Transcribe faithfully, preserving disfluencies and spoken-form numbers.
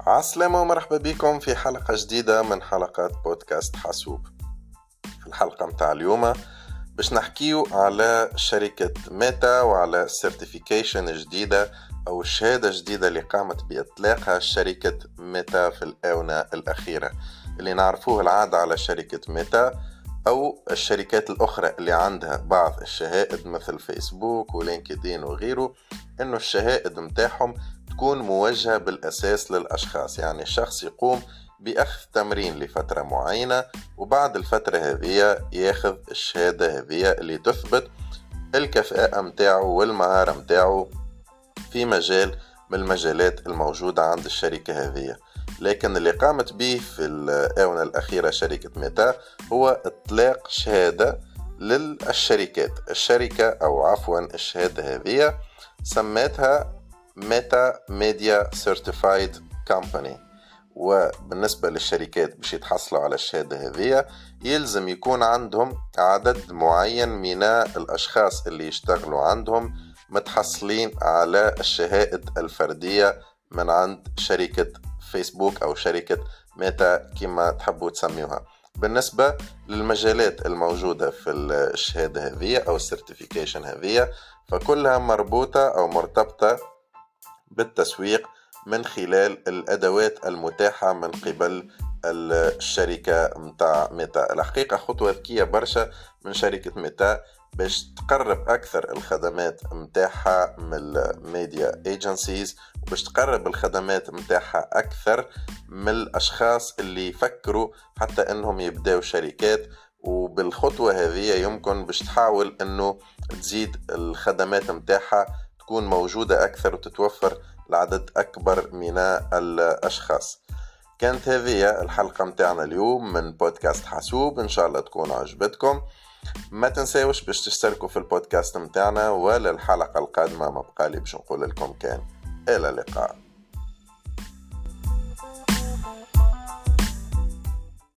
عسلامة ومرحبا بكم في حلقة جديدة من حلقات بودكاست حاسوب. في الحلقة متاع اليوم باش نحكيو على شركة ميتا وعلى سيرتيفيكيشن جديدة أو شهادة جديدة اللي قامت بإطلاقها شركة ميتا في الآونة الأخيرة. اللي نعرفوه العادة على شركة ميتا أو الشركات الأخرى اللي عندها بعض الشهائد مثل فيسبوك ولينكدين وغيره، إنه الشهائد متاعهم تكون موجهة بالأساس للأشخاص، يعني الشخص يقوم بأخذ تمرين لفترة معينة وبعد الفترة هذه ياخذ الشهادة هذه اللي تثبت الكفاءة متاعه والمهارة متاعه في مجال من المجالات الموجودة عند الشركة هذه. لكن اللي قامت به في الآونة الأخيرة شركة ميتا هو إطلاق شهادة للشركات. الشركة أو عفوا الشهادة هذه سميتها ميتا ميديا سيرتيفايد كومباني، وبالنسبة للشركات باش يتحصلوا على الشهادة هذه يلزم يكون عندهم عدد معين من الأشخاص اللي يشتغلوا عندهم متحصلين على الشهائد الفردية من عند شركة فيسبوك أو شركة ميتا كما تحبوا تسميوها. بالنسبة للمجالات الموجودة في الشهادة هذه أو السيرتيفيكيشن هذه فكلها مربوطة أو مرتبطة بالتسويق من خلال الأدوات المتاحة من قبل الشركة متاع ميتا. الحقيقة خطوة ذكية برشا من شركة ميتا باش تقرب أكثر الخدمات متاعها من الميديا ايجنسيز وباش تقرب الخدمات متاعها أكثر من الأشخاص اللي يفكروا حتى أنهم يبدأوا شركات. وبالخطوة هذه يمكن باش تحاول أنه تزيد الخدمات متاعها تكون موجودة أكثر وتتوفر لعدد أكبر من الأشخاص. كانت هذه الحلقة متاعنا اليوم من بودكاست حاسوب، إن شاء الله تكون عجبتكم. ما تنساوش باش تشتركوا في البودكاست متاعنا، ولا الحلقة القادمة ما بقالي باش نقول لكم كان إلى اللقاء.